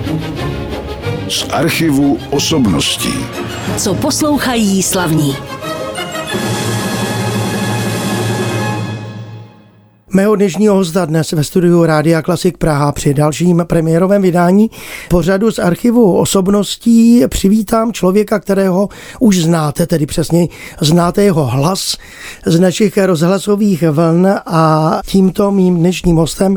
Z archivu osobností. Co poslouchají slavní. Mého dnešního hosta dnes ve studiu Rádia Klasik Praha při dalším premiérovém vydání pořadu z archivu osobností přivítám člověka, kterého už znáte, tedy přesně znáte jeho hlas z našich rozhlasových vln, a tímto mým dnešním hostem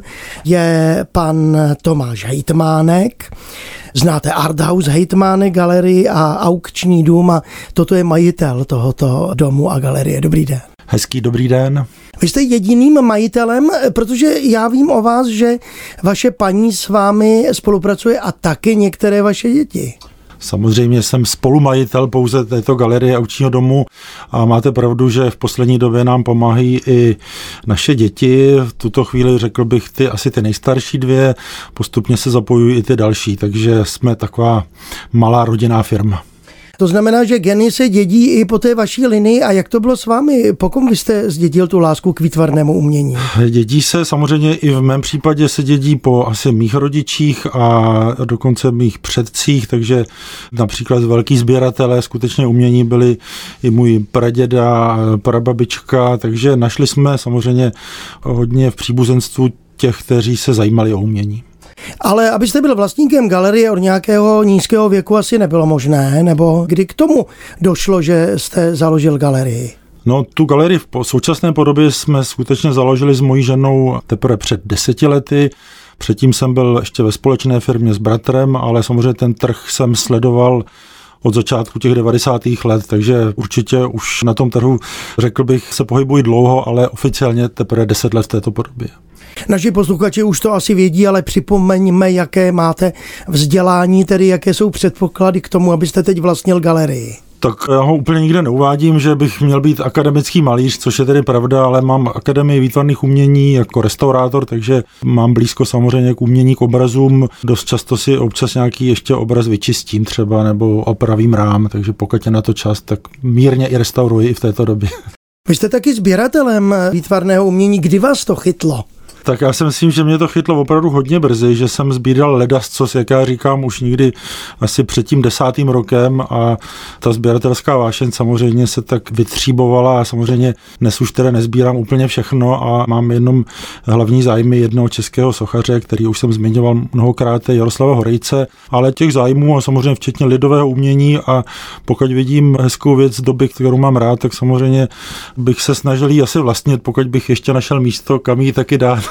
je pan Tomáš Hejtmánek. Znáte Arthouse Hejtmánek, galerii a aukční dům, a toto je majitel tohoto domu a galerie. Dobrý den. Hezký dobrý den. Vy jste jediným majitelem, protože já vím o vás, že vaše paní s vámi spolupracuje a taky některé vaše děti. Samozřejmě jsem spolumajitel pouze této galerie aukčního domu a máte pravdu, že v poslední době nám pomáhají i naše děti. V tuto chvíli řekl bych asi ty nejstarší dvě, postupně se zapojují i ty další, takže jsme taková malá rodinná firma. To znamená, že geny se dědí i po té vaší linii. A jak to bylo s vámi? Po kom vy jste zdědil tu lásku k výtvarnému umění? Dědí se samozřejmě i v mém případě se dědí po asi mých rodičích a dokonce mých předcích, takže například velký sběratelé skutečně umění byli i můj praděda, prababička, takže našli jsme samozřejmě hodně v příbuzenstvu těch, kteří se zajímali o umění. Ale abyste byl vlastníkem galerie od nějakého nízkého věku asi nebylo možné, nebo kdy k tomu došlo, že jste založil galerii? No, tu galerii v současné podobě jsme skutečně založili s mojí ženou teprve před 10 lety. Předtím jsem byl ještě ve společné firmě s bratrem, ale samozřejmě ten trh jsem sledoval od začátku těch 90. let, takže určitě už na tom trhu, řekl bych, se pohybuji dlouho, ale oficiálně teprve 10 let v této podobě. Naši posluchači už to asi vědí, ale připomeňme, jaké máte vzdělání, tedy jaké jsou předpoklady k tomu, abyste teď vlastnil galerii. Tak já ho úplně nikde neuvádím, že bych měl být akademický malíř, což je tedy pravda, ale mám Akademii výtvarných umění jako restaurátor, takže mám blízko samozřejmě k umění, k obrazům. Dost často si občas nějaký ještě obraz vyčistím třeba nebo opravím rám, takže pokud je na to čas, tak mírně i restauruji i v této době. Vy jste taky sběratelem výtvarného umění, kdy vás to chytlo? Tak já si myslím, že mě to chytlo opravdu hodně brzy, že jsem sbíral ledascos, jak já říkám, už nikdy asi před tím 10. rokem, a ta sběratelská vášeň samozřejmě se tak vytříbovala a samozřejmě dnes už teda nezbírám úplně všechno a mám jenom hlavní zájmy jednoho českého sochaře, který už jsem zmiňoval mnohokrát, Jaroslava Horejce, ale těch zájmů a samozřejmě včetně lidového umění, a pokud vidím hezkou věc z doby, kterou mám rád, tak samozřejmě bych se snažil jí asi vlastnit, pokud bych ještě našel místo, kam jí taky dát.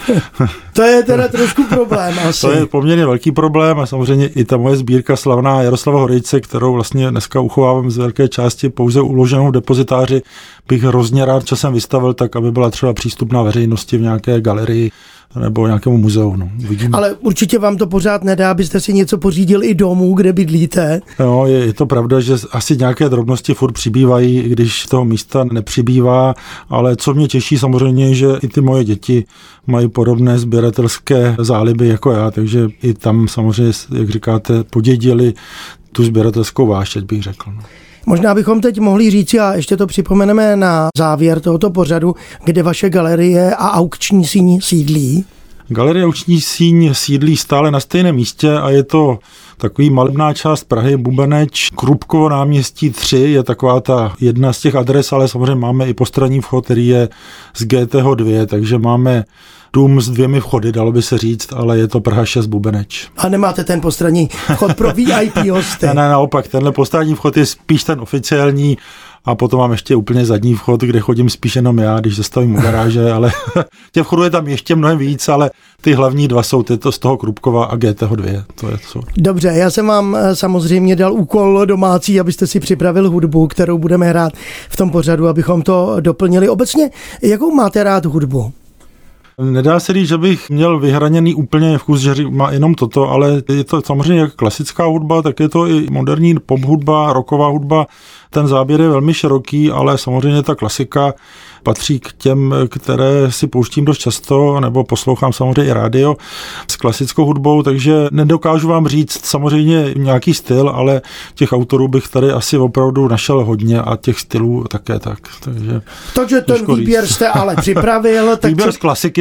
To je teda trošku problém asi. To je poměrně velký problém a samozřejmě i ta moje sbírka slavná Jaroslava Horejce, kterou vlastně dneska uchovávám z velké části pouze uloženou v depozitáři, bych hrozně rád časem vystavil tak, aby byla třeba přístupná veřejnosti v nějaké galerii nebo nějakému muzeu. No. Ale určitě vám to pořád nedá, abyste si něco pořídil i domů, kde bydlíte. No, je to pravda, že asi nějaké drobnosti furt přibývají, i když toho místa nepřibývá, ale co mě těší samozřejmě, že i ty moje děti mají podobné sběratelské záliby jako já, takže i tam samozřejmě, jak říkáte, podědili tu sběratelskou vášeň, bych řekl. No. Možná bychom teď mohli říci, a ještě to připomeneme na závěr tohoto pořadu, kde vaše galerie a aukční síň sídlí. Galerie aukční síň sídlí stále na stejném místě a je to takový malebná část Prahy, Bubeneč, Krupkovo náměstí 3 je taková ta jedna z těch adres, ale samozřejmě máme i postranní vchod, který je z GTH 2, takže máme dům s 2 vchody, dalo by se říct, ale je to Praha 6 Bubeneč. A nemáte ten postranní vchod pro VIP hosty? Ne, naopak, tenhle postranní vchod je spíš ten oficiální, a potom mám ještě úplně zadní vchod, kde chodím spíš jenom já, když zastavím u garáže, ale těch vchodů je tam ještě mnohem víc, ale ty hlavní dva jsou tyto z toho Krupkova a GTH 2. Dobře, já jsem vám samozřejmě dal úkol domácí, abyste si připravil hudbu, kterou budeme hrát v tom pořadu, abychom to doplnili. Obecně, jakou máte rád hudbu? Nedá se říct, že bych měl vyhraněný úplně vkus, že má jenom toto, ale je to samozřejmě jak klasická hudba, tak je to i moderní pop hudba, rocková hudba. Ten záběr je velmi široký, ale samozřejmě ta klasika patří k těm, které si pouštím dost často, nebo poslouchám samozřejmě i rádio s klasickou hudbou, takže nedokážu vám říct samozřejmě nějaký styl, ale těch autorů bych tady asi opravdu našel hodně a těch stylů také tak. Takže ten výběr jste ale připravil. Výběr z klasiky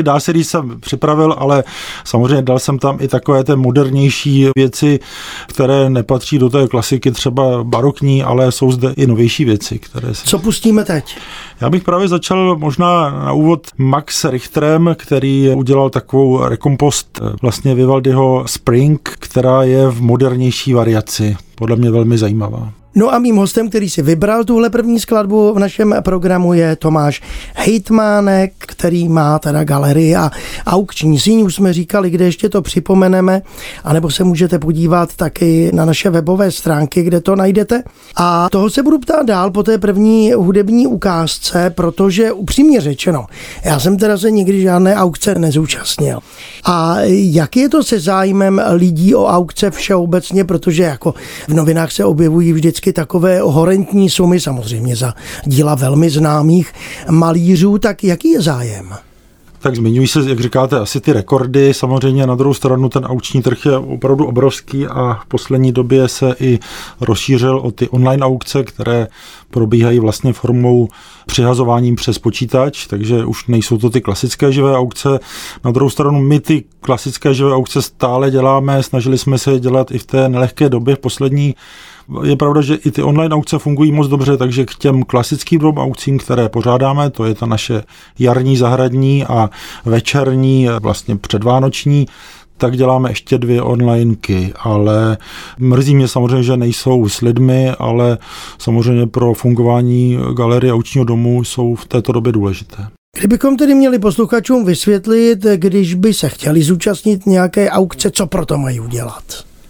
dá se říct, jsem připravil, ale samozřejmě dal jsem tam i takové ty modernější věci, které nepatří do té klasiky třeba barokní, ale jsou zde i novější věci. Co pustíme teď? Já bych právě začal možná na úvod Max Richterem, který udělal takovou rekompost vlastně Vivaldiho Spring, která je v modernější variaci. Podle mě velmi zajímavá. No a mým hostem, který si vybral tuhle první skladbu v našem programu, je Tomáš Hejtmánek, který má teda galerii a aukční síň. Už jsme říkali, kde ještě to připomeneme, anebo se můžete podívat taky na naše webové stránky, kde to najdete. A toho se budu ptát dál po té první hudební ukázce, protože upřímně řečeno, já jsem teda se nikdy žádné aukce nezúčastnil. A jak je to se zájmem lidí o aukce všeobecně, protože jako v novinách se objevují vždycky takové horentní sumy, samozřejmě za díla velmi známých malířů, tak jaký je zájem? Tak zmiňují se, jak říkáte, asi ty rekordy. Samozřejmě na druhou stranu ten aukční trh je opravdu obrovský a v poslední době se i rozšířil o ty online aukce, které probíhají vlastně formou přihazováním přes počítač, takže už nejsou to ty klasické živé aukce. Na druhou stranu my ty klasické živé aukce stále děláme, snažili jsme se je dělat i v té nelehké době v poslední. Je pravda, že i ty online aukce fungují moc dobře, takže k těm klasickým aukcím, které pořádáme, to je ta naše jarní, zahradní a večerní, vlastně předvánoční, tak děláme ještě 2 onlineky, ale mrzí mě samozřejmě, že nejsou s lidmi, ale samozřejmě pro fungování galerie aukčního domu jsou v této době důležité. Kdybychom tedy měli posluchačům vysvětlit, když by se chtěli zúčastnit nějaké aukce, co pro to mají udělat?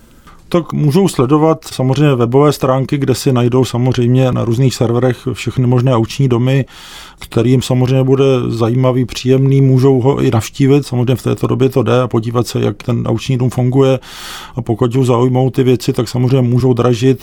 Tak můžou sledovat samozřejmě webové stránky, kde si najdou samozřejmě na různých serverech všechny možné aukční domy, kterým samozřejmě bude zajímavý, příjemný, můžou ho i navštívit, samozřejmě v této době to jde a podívat se, jak ten aukční dům funguje a pokud ho zaujmou ty věci, tak samozřejmě můžou dražit,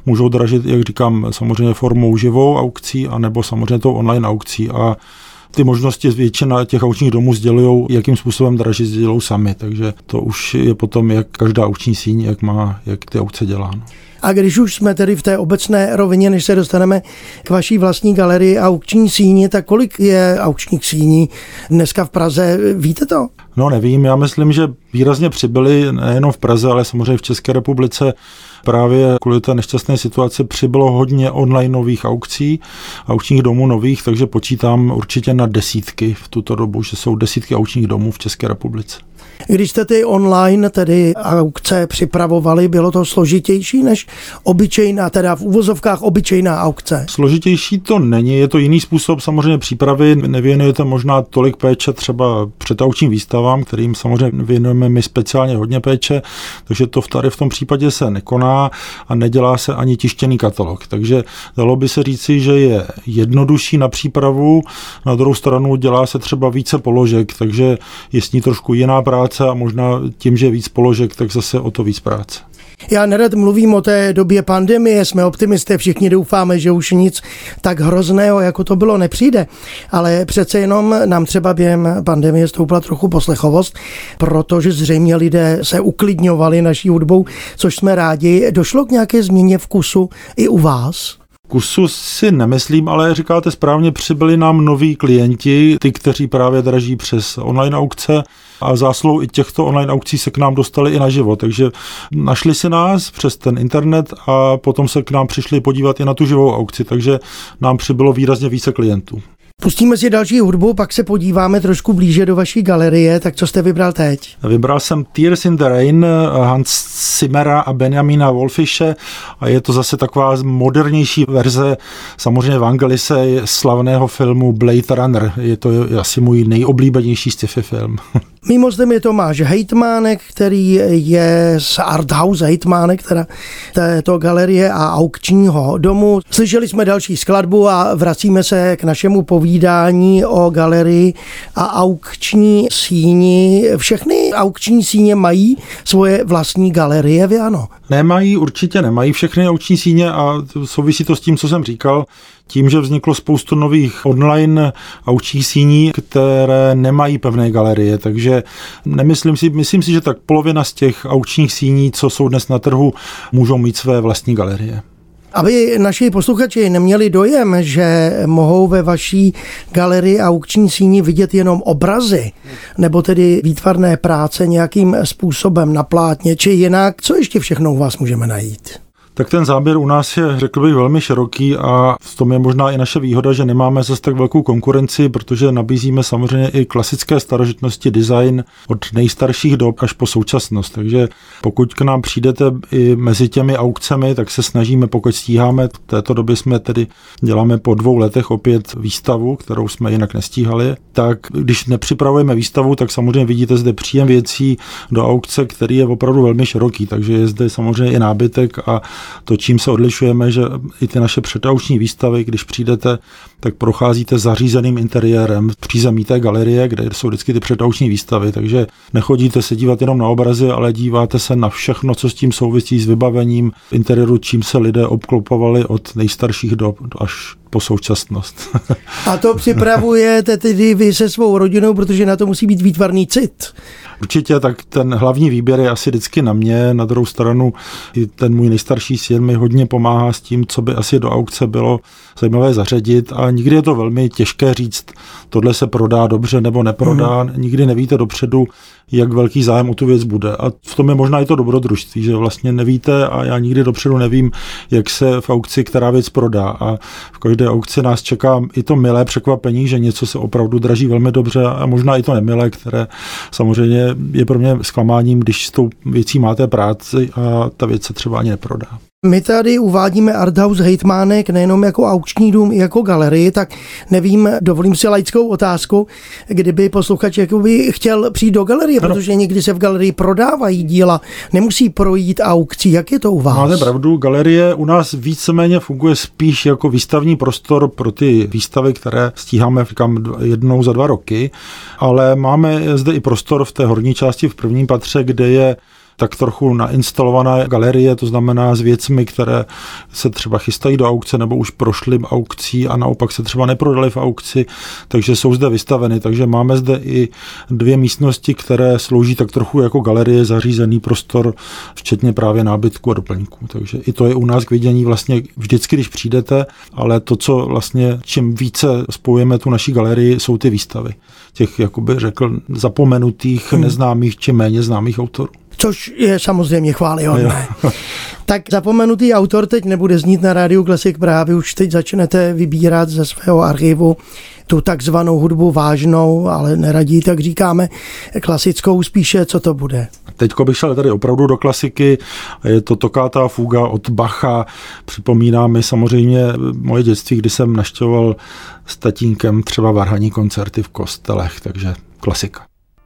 jak říkám, samozřejmě formou živou aukcí anebo samozřejmě tou online aukcí a ty možnosti většina těch aukčních domů sdělují, jakým způsobem dražit, sdělují sami, takže to už je potom, jak každá aukční síň, jak ty aukce dělá. No. A když už jsme tedy v té obecné rovině, než se dostaneme k vaší vlastní galerii a aukční síni, tak kolik je aukčních síní dneska v Praze, víte to? No nevím, já myslím, že výrazně přibyly nejenom v Praze, ale samozřejmě v České republice. Právě kvůli té nešťastné situaci přibylo hodně online nových aukcí, aukčních domů nových, takže počítám určitě na desítky v tuto dobu, že jsou desítky aukčních domů v České republice. Když jste ty online tedy aukce připravovali, bylo to složitější než obyčejná, teda v uvozovkách obyčejná aukce? Složitější to není, je to jiný způsob samozřejmě přípravy, nevěnujete možná tolik péče třeba před aukčním výstavám, kterým samozřejmě věnujeme my speciálně hodně péče, takže to tady v tom případě se nekoná a nedělá se ani tištěný katalog, takže dalo by se říci, že je jednodušší na přípravu, na druhou stranu dělá se třeba více položek, takže je s ní trošku jiná práce a možná tím, že je víc položek, tak zase o to víc práce. Já nerad mluvím o té době pandemie, jsme optimisté, všichni doufáme, že už nic tak hrozného, jako to bylo, nepřijde, ale přece jenom nám třeba během pandemie stoupla trochu poslechovost, protože zřejmě lidé se uklidňovali naší hudbou, což jsme rádi. Došlo k nějaké změně vkusu i u vás? Kusu si nemyslím, ale říkáte správně, přibyli nám noví klienti, ty, kteří právě draží přes online aukce a zásluhou i těchto online aukcí se k nám dostali i naživo, takže našli si nás přes ten internet a potom se k nám přišli podívat i na tu živou aukci, takže nám přibylo výrazně více klientů. Pustíme si další hudbu, pak se podíváme trošku blíže do vaší galerie, tak co jste vybral teď? Vybral jsem Tears in the Rain Hans Zimmera a Benjamina Wolfische a je to zase taková modernější verze samozřejmě Vangelise slavného filmu Blade Runner. Je to asi můj nejoblíbenější sci-fi film. Mým hostem je Tomáš Hejtmánek, který je z Arthouse Hejtmánek, teda této galerie a aukčního domu. Slyšeli jsme další skladbu a vracíme se k našemu povídání o galerii a aukční síni. Všechny aukční síně mají svoje vlastní galerie, ano? Nemají, určitě nemají všechny aukční síně a souvisí to s tím, co jsem říkal. Tím, že vzniklo spoustu nových online aukčních síní, které nemají pevné galerie, takže myslím si, že tak polovina z těch aukčních síní, co jsou dnes na trhu, můžou mít své vlastní galerie. Aby naši posluchači neměli dojem, že mohou ve vaší galerii a aukční síni vidět jenom obrazy, nebo tedy výtvarné práce nějakým způsobem na plátně, či jinak, co ještě všechno u vás můžeme najít? Tak ten záběr u nás je, řekl bych, velmi široký a v tom je možná i naše výhoda, že nemáme zase tak velkou konkurenci, protože nabízíme samozřejmě i klasické starožitnosti, design od nejstarších dob až po současnost. Takže pokud k nám přijdete i mezi těmi aukcemi, tak se snažíme, pokud stíháme, v této době jsme tedy děláme po 2 letech opět výstavu, kterou jsme jinak nestíhali, tak když nepřipravujeme výstavu, tak samozřejmě vidíte zde příjem věcí do aukce, který je opravdu velmi široký, takže je zde samozřejmě i nábytek a to, čím se odlišujeme, že i ty naše předaukční výstavy, když přijdete, tak procházíte zařízeným interiérem v přízemí té galerie, kde jsou vždycky ty předaukční výstavy, takže nechodíte se dívat jenom na obrazy, ale díváte se na všechno, co s tím souvisí s vybavením interiéru, čím se lidé obklopovali od nejstarších dob až po současnost. A to připravujete tedy vy se svou rodinou, protože na to musí být výtvarný cit. Určitě, tak ten hlavní výběr je asi vždycky na mě. Na druhou stranu i ten můj nejstarší syn mi hodně pomáhá s tím, co by asi do aukce bylo zajímavé zařadit a nikdy je to velmi těžké říct, tohle se prodá dobře nebo neprodá. Nikdy nevíte dopředu, jak velký zájem o tu věc bude. A v tom je možná i to dobrodružství, že vlastně nevíte a já nikdy dopředu nevím, jak se v aukci která věc prodá. A v každé aukci nás čeká i to milé překvapení, že něco se opravdu draží velmi dobře a možná i to nemilé, které samozřejmě je pro mě zklamáním, když s tou věcí máte práci a ta věc se třeba ani neprodá. My tady uvádíme Arthouse Hejtmánek nejenom jako aukční dům, i jako galerii, tak nevím, dovolím si laickou otázku, kdyby posluchač jakoby chtěl přijít do galerie, protože někdy se v galerii prodávají díla, nemusí projít aukcí. Jak je to u vás? Máte pravdu, galerie u nás víceméně funguje spíš jako výstavní prostor pro ty výstavy, které stíháme jednou za 2 roky, ale máme zde i prostor v té horní části v prvním patře, kde je tak trochu nainstalovaná galerie, to znamená s věcmi, které se třeba chystají do aukce nebo už prošly aukcí a naopak se třeba neprodaly v aukci, takže jsou zde vystaveny. Takže máme zde i 2 místnosti, které slouží tak trochu jako galerie, zařízený prostor, včetně právě nábytku a doplňků. Takže i to je u nás k vidění vlastně vždycky, když přijdete, ale to, co vlastně čím více spojujeme tu naší galerii, jsou ty výstavy těch, jakoby řekl, zapomenutých, neznámých či méně známých autorů. Což je samozřejmě chvályhodné. Tak zapomenutý autor teď nebude znít na Rádiu Klasik Praha. Vy už teď začnete vybírat ze svého archivu tu takzvanou hudbu vážnou, ale neradí, tak říkáme klasickou spíše. Co to bude? Teďko bych šel tady opravdu do klasiky. Je to Toccata fuga od Bacha. Připomíná mi samozřejmě moje dětství, kdy jsem navštěvoval s tatínkem třeba varhanní koncerty v kostelech, takže klasika.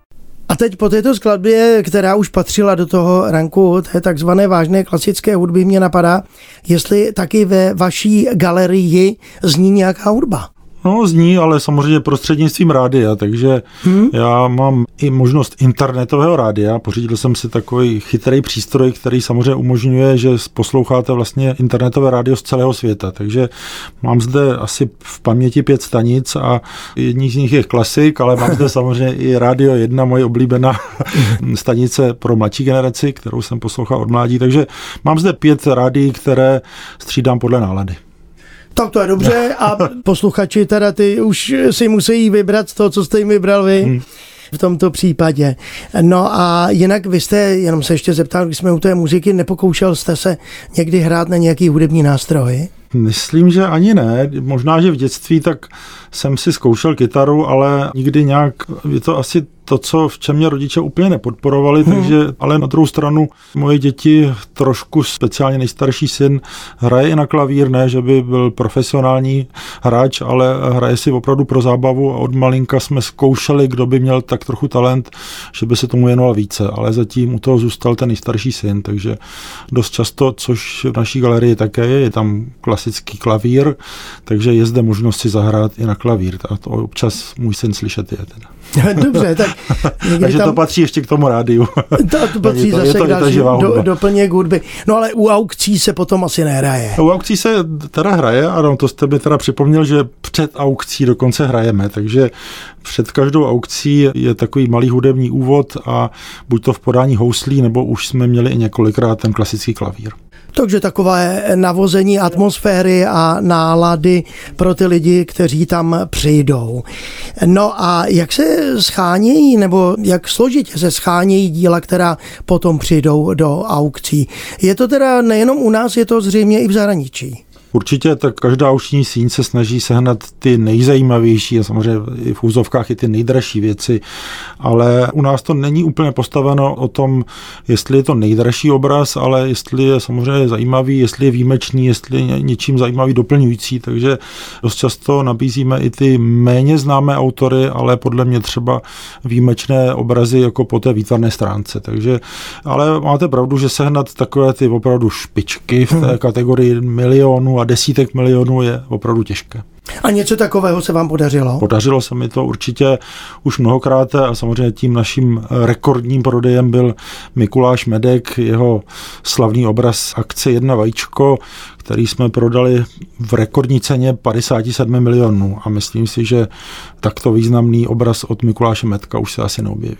A teď po této skladbě, která už patřila do toho ranku té takzvané vážné klasické hudby, mě napadá, jestli taky ve vaší galerii zní nějaká hudba. No, zní, ale samozřejmě prostřednictvím rádia, takže já mám i možnost internetového rádia. Pořídil jsem si takový chytrý přístroj, který samozřejmě umožňuje, že posloucháte vlastně internetové rádio z celého světa. Takže mám zde asi v paměti 5 stanic a jedním z nich je klasik, ale mám zde samozřejmě i Rádio 1, moje oblíbená stanice pro mladší generaci, kterou jsem poslouchal od mládí. Takže mám zde 5 rádií, které střídám podle nálady. Tak to je dobře a posluchači teda ty už si musí vybrat to, co jste jim vybral vy v tomto případě. No a jinak vy jste, jenom se ještě zeptal, když jsme u té muziky, nepokoušel jste se někdy hrát na nějaký hudební nástroj? Myslím, že ani ne. Možná, že v dětství tak jsem si zkoušel kytaru, ale nikdy nějak, je to asi to, v čem mě rodiče úplně nepodporovali, takže, ale na druhou stranu moje děti trošku, speciálně nejstarší syn, hraje i na klavír, ne, že by byl profesionální hráč, ale hraje si opravdu pro zábavu a od malinka jsme zkoušeli, kdo by měl tak trochu talent, že by se tomu věnoval více, ale zatím u toho zůstal ten nejstarší syn, takže dost často, což v naší galerii také je tam klasický klavír, takže je zde možnost si zahrát i na klavír a to občas můj syn slyšet je teda. Dobře, tak takže tam... to patří ještě k tomu rádiu. To patří zase k další doplněk hudby. No ale u aukcí se potom asi nehraje. U aukcí se teda hraje, ano, to jste mi teda připomněl, že před aukcí dokonce hrajeme, takže před každou aukcí je takový malý hudební úvod a buď to v podání houslí, nebo už jsme měli i několikrát ten klasický klavír. Takže takové navození atmosféry a nálady pro ty lidi, kteří tam přijdou. No a jak se schánějí, nebo jak složitě se schánějí díla, která potom přijdou do aukcí? Je to teda nejenom u nás, je to zřejmě i v zahraničí. Určitě tak každá aukční síň se snaží sehnat ty nejzajímavější a samozřejmě i v úzovkách i ty nejdražší věci, ale u nás to není úplně postaveno o tom, jestli je to nejdražší obraz, ale jestli je samozřejmě zajímavý, jestli je výjimečný, jestli je něčím zajímavý doplňující, takže dost často nabízíme i ty méně známé autory, ale podle mě třeba výjimečné obrazy jako po té výtvarné stránce, takže, ale máte pravdu, že sehnat takové ty opravdu špičky v té kategorii milionů a desítek milionů je opravdu těžké. A něco takového se vám podařilo? Podařilo se mi to určitě už mnohokrát a samozřejmě tím naším rekordním prodejem byl Mikuláš Medek, jeho slavný obraz Akce 1 vajíčko, který jsme prodali v rekordní ceně 57 milionů a myslím si, že takto významný obraz od Mikuláše Medka už se asi neobjeví.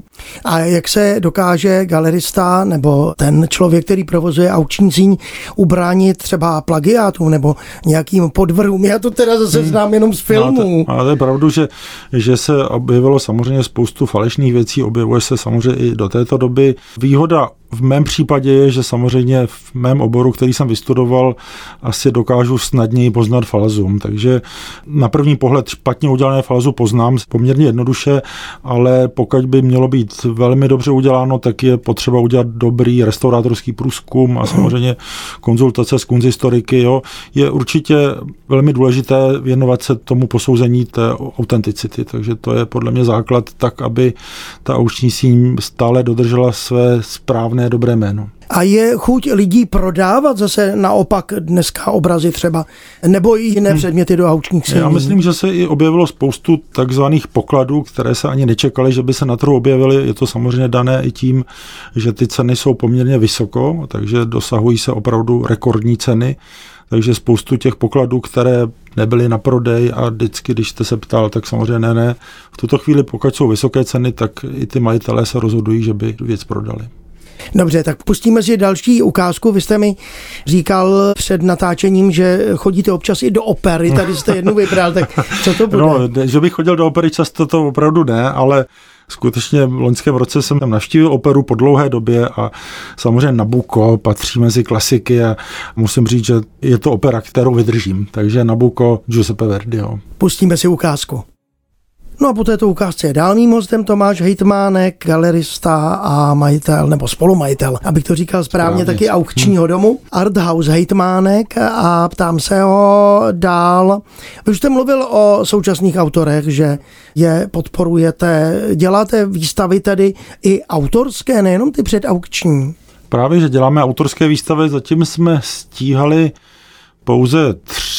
A jak se dokáže galerista nebo ten člověk, který provozuje aukční síň, ubránit třeba plagiátům nebo nějakým podvrhům? Já to teda zase znám jenom z filmů. Ale to je pravdu, že se objevilo samozřejmě spoustu falešných věcí, objevuje se samozřejmě i do této doby. Výhoda v mém případě je, že samozřejmě v mém oboru, který jsem vystudoval, asi dokážu snadněji poznat falzum. Takže na první pohled špatně udělané falzu poznám poměrně jednoduše, ale pokud by mělo být velmi dobře uděláno, tak je potřeba udělat dobrý restaurátorský průzkum a samozřejmě konzultace s kunsthistoriky. Jo. Je určitě velmi důležité věnovat se tomu posouzení té autenticity, takže to je podle mě základ tak, aby ta aukční síň stále dodržela své správné dobré jméno. A je chuť lidí prodávat zase naopak dneska obrazy třeba, nebo i jiné předměty do aukčních síní? Já myslím, že se i objevilo spoustu takzvaných pokladů, které se ani nečekaly, že by se na trhu objevily. Je to samozřejmě dané i tím, že ty ceny jsou poměrně vysoko, takže dosahují se opravdu rekordní ceny. Takže spoustu těch pokladů, které nebyly na prodej a vždycky, když jste se ptal, tak samozřejmě ne. V tuto chvíli, pokud jsou vysoké ceny, tak i ty majitelé se rozhodují, že by věc prodali. Dobře, tak pustíme si další ukázku. Vy jste mi říkal před natáčením, že chodíte občas i do opery. Tady jste jednu vybral, tak co to bude? No, že bych chodil do opery často, to opravdu ne, ale skutečně v loňském roce jsem tam navštívil operu po dlouhé době a samozřejmě Nabucco patří mezi klasiky a musím říct, že je to opera, kterou vydržím. Takže Nabucco Giuseppe Verdiho. Pustíme si ukázku. No a po této ukázce je dál mým hostem Tomáš Hejtmánek, galerista a majitel, nebo spolumajitel, abych to říkal správně, taky aukčního domu Arthouse Hejtmánek, a ptám se ho dál. Vy už jste mluvil o současných autorech, že je podporujete, děláte výstavy tedy i autorské, nejenom ty předaukční. Právě, že děláme autorské výstavy, zatím jsme stíhali pouze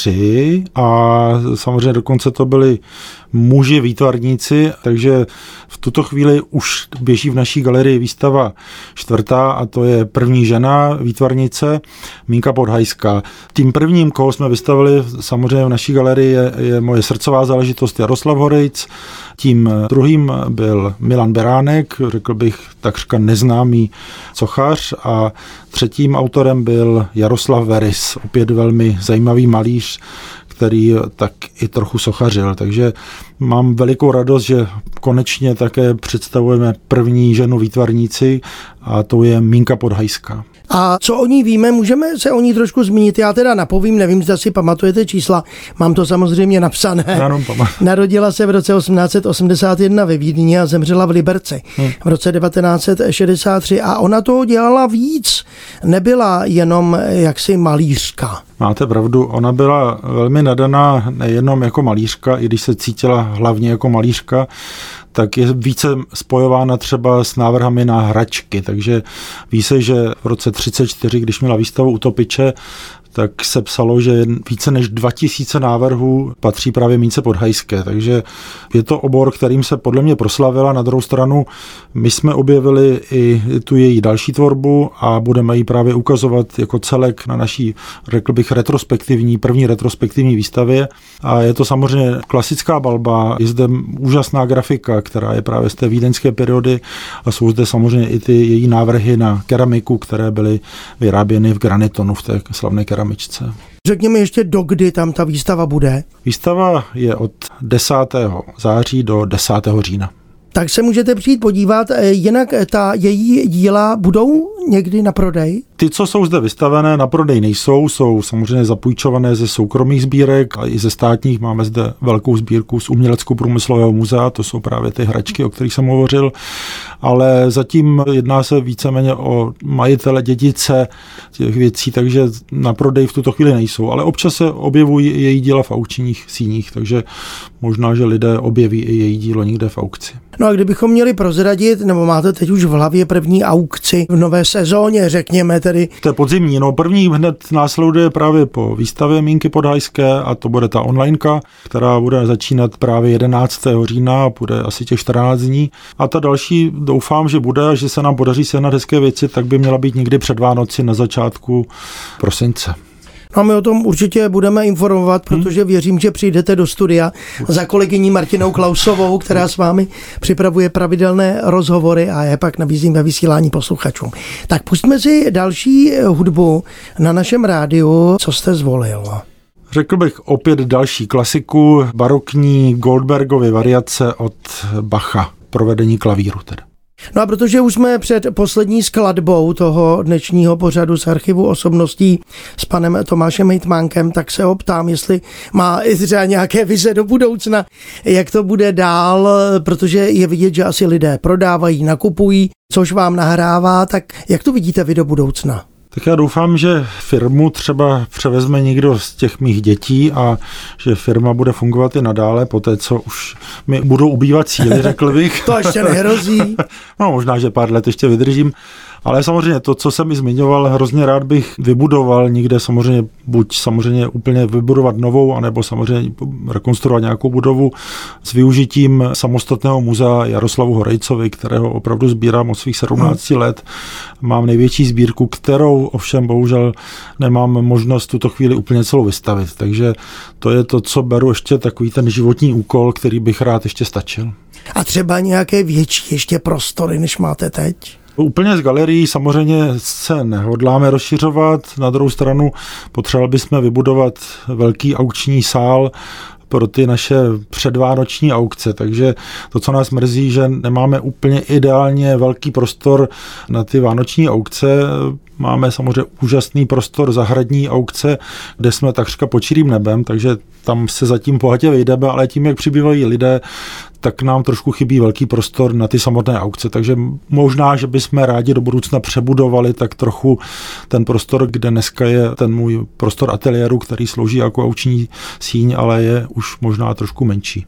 3 a samozřejmě dokonce to byli muži výtvarníci, takže v tuto chvíli už běží v naší galerii výstava 4. a to je první žena výtvarnice Mínka Podhajská. Tím prvním, koho jsme vystavili samozřejmě v naší galerii, je moje srdcová záležitost Jaroslav Horejc. Tím druhým byl Milan Beránek, řekl bych takřka neznámý sochař, a třetím autorem byl Jaroslav Veris, opět velmi zajímavý malíř, který tak i trochu sochařil. Takže mám velikou radost, že konečně také představujeme první ženu výtvarníci a to je Mínka Podhajská. A co o ní víme, můžeme se o ní trošku zmínit. Já teda napovím, nevím, zda si pamatujete čísla, mám to samozřejmě napsané. Narodila se v roce 1881 ve Vídni a zemřela v Liberci v roce 1963 a ona toho dělala víc. Nebyla jenom jaksi malířka. Máte pravdu, ona byla velmi nadaná nejenom jako malířka, i když se cítila hlavně jako malířka, tak je více spojována třeba s návrhami na hračky. Takže ví se, že v roce 1934, když měla výstavu Utopiče, tak se psalo, že více než 2000 návrhů patří právě mince podhajské, takže je to obor, kterým se podle mě proslavila. Na druhou stranu my jsme objevili i tu její další tvorbu a budeme ji právě ukazovat jako celek na naší, řekl bych, první retrospektivní výstavě. A je to samozřejmě klasická balba, je zde úžasná grafika, která je právě z té vídeňské periody a jsou zde samozřejmě i ty její návrhy na keramiku, které byly vyráběny v granitonu v té slavné keramičce. Řekněme ještě, dokdy tam ta výstava bude? Výstava je od 10. září do 10. října. Tak se můžete přijít podívat, jinak ta její díla budou někdy na prodej? Ty, co jsou zde vystavené, na prodej nejsou, jsou samozřejmě zapůjčované ze soukromých sbírek a i ze státních. Máme zde velkou sbírku z Umělecko-průmyslového muzea, to jsou právě ty hračky, o kterých jsem hovořil, ale zatím jedná se víceméně o majitele, dědice těch věcí, takže na prodej v tuto chvíli nejsou, ale občas se objevují i její díla v aukčních síních, takže možná, že lidé objeví i její dílo někde v aukci. No a kdybychom měli prozradit, nebo máte teď už v hlavě první aukci v nové sezóně, řekněme tedy? To je podzimní, první hned následuje právě po výstavě Mínky podhajské a to bude ta onlineka, která bude začínat právě 11. října a bude asi těch 14 dní. A ta další doufám, že bude, že se nám podaří sehnat hezké věci, tak by měla být někdy před Vánoci na začátku prosince. No a my o tom určitě budeme informovat, protože věřím, že přijdete do studia za kolegyní Martinou Klausovou, která s vámi připravuje pravidelné rozhovory a je pak nabízím ve vysílání posluchačům. Tak pustíme si další hudbu na našem rádiu. Co jste zvolil? Řekl bych opět další klasiku, barokní Goldbergovy variace od Bacha, provedení klavíru teda. No a protože už jsme před poslední skladbou toho dnešního pořadu z archivu osobností s panem Tomášem Hejtmánkem, tak se ho ptám, jestli má i třeba nějaké vize do budoucna, jak to bude dál, protože je vidět, že asi lidé prodávají, nakupují, což vám nahrává, tak jak to vidíte vy do budoucna? Tak já doufám, že firmu třeba převezme někdo z těch mých dětí a že firma bude fungovat i nadále, poté co už mi budou ubývat síly, řekl bych. To ještě nehrozí. No možná, že pár let ještě vydržím. Ale samozřejmě to, co jsem mi zmiňoval, hrozně rád bych vybudoval někde samozřejmě úplně vybudovat novou, anebo samozřejmě rekonstruovat nějakou budovu s využitím samostatného muzea Jaroslavu Horejcovi, kterého opravdu sbírám od svých 17 let. Mám největší sbírku, kterou ovšem bohužel nemám možnost tuto chvíli úplně celou vystavit. Takže to je to, co beru ještě takový ten životní úkol, který bych rád ještě stačil. A třeba nějaké větší ještě prostory, než máte teď? Úplně z galerií samozřejmě se nehodláme rozšiřovat, na druhou stranu potřebovali bychom vybudovat velký aukční sál pro ty naše předvánoční aukce, takže to, co nás mrzí, že nemáme úplně ideálně velký prostor na ty vánoční aukce. Máme samozřejmě úžasný prostor zahradní aukce, kde jsme takřka pod širým nebem, takže tam se zatím bohatě vejdeme, ale tím, jak přibývají lidé, tak nám trošku chybí velký prostor na ty samotné aukce, takže možná, že bychom rádi do budoucna přebudovali tak trochu ten prostor, kde dneska je ten můj prostor ateliéru, který slouží jako aukční síň, ale je už možná trošku menší.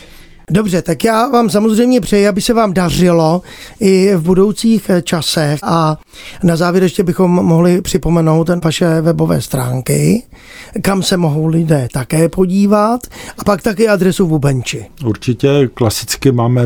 Dobře, tak já vám samozřejmě přeji, aby se vám dařilo i v budoucích časech a na závěr ještě bychom mohli připomenout vaše webové stránky, kam se mohou lidé také podívat a pak taky adresu v Bubenči. Určitě klasicky máme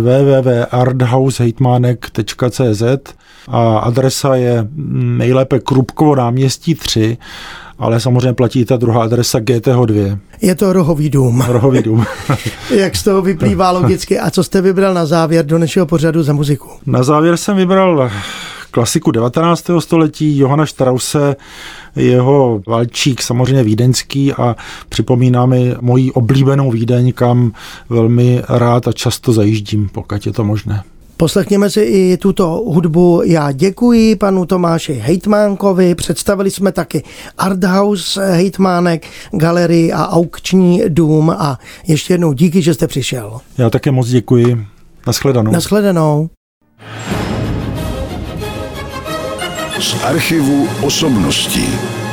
www.arthousehejtmanek.cz a adresa je nejlépe Krupkovo náměstí 3, ale samozřejmě platí ta druhá adresa GTH 2. Je to Rohový dům. Rohový dům. Jak z toho vyplývá logicky. A co jste vybral na závěr do našeho pořadu za muziku? Na závěr jsem vybral klasiku 19. století Johana Strause, jeho valčík samozřejmě vídeňský a připomíná mi moji oblíbenou Vídeň, kam velmi rád a často zajíždím, pokud je to možné. Poslechněme si i tuto hudbu. Já děkuji panu Tomáši Hejtmánkovi. Představili jsme taky Arthouse Hejtmánek, galerii a aukční dům a ještě jednou díky, že jste přišel. Já také moc děkuji. Nashledanou. Nashledanou. Z archivu osobností.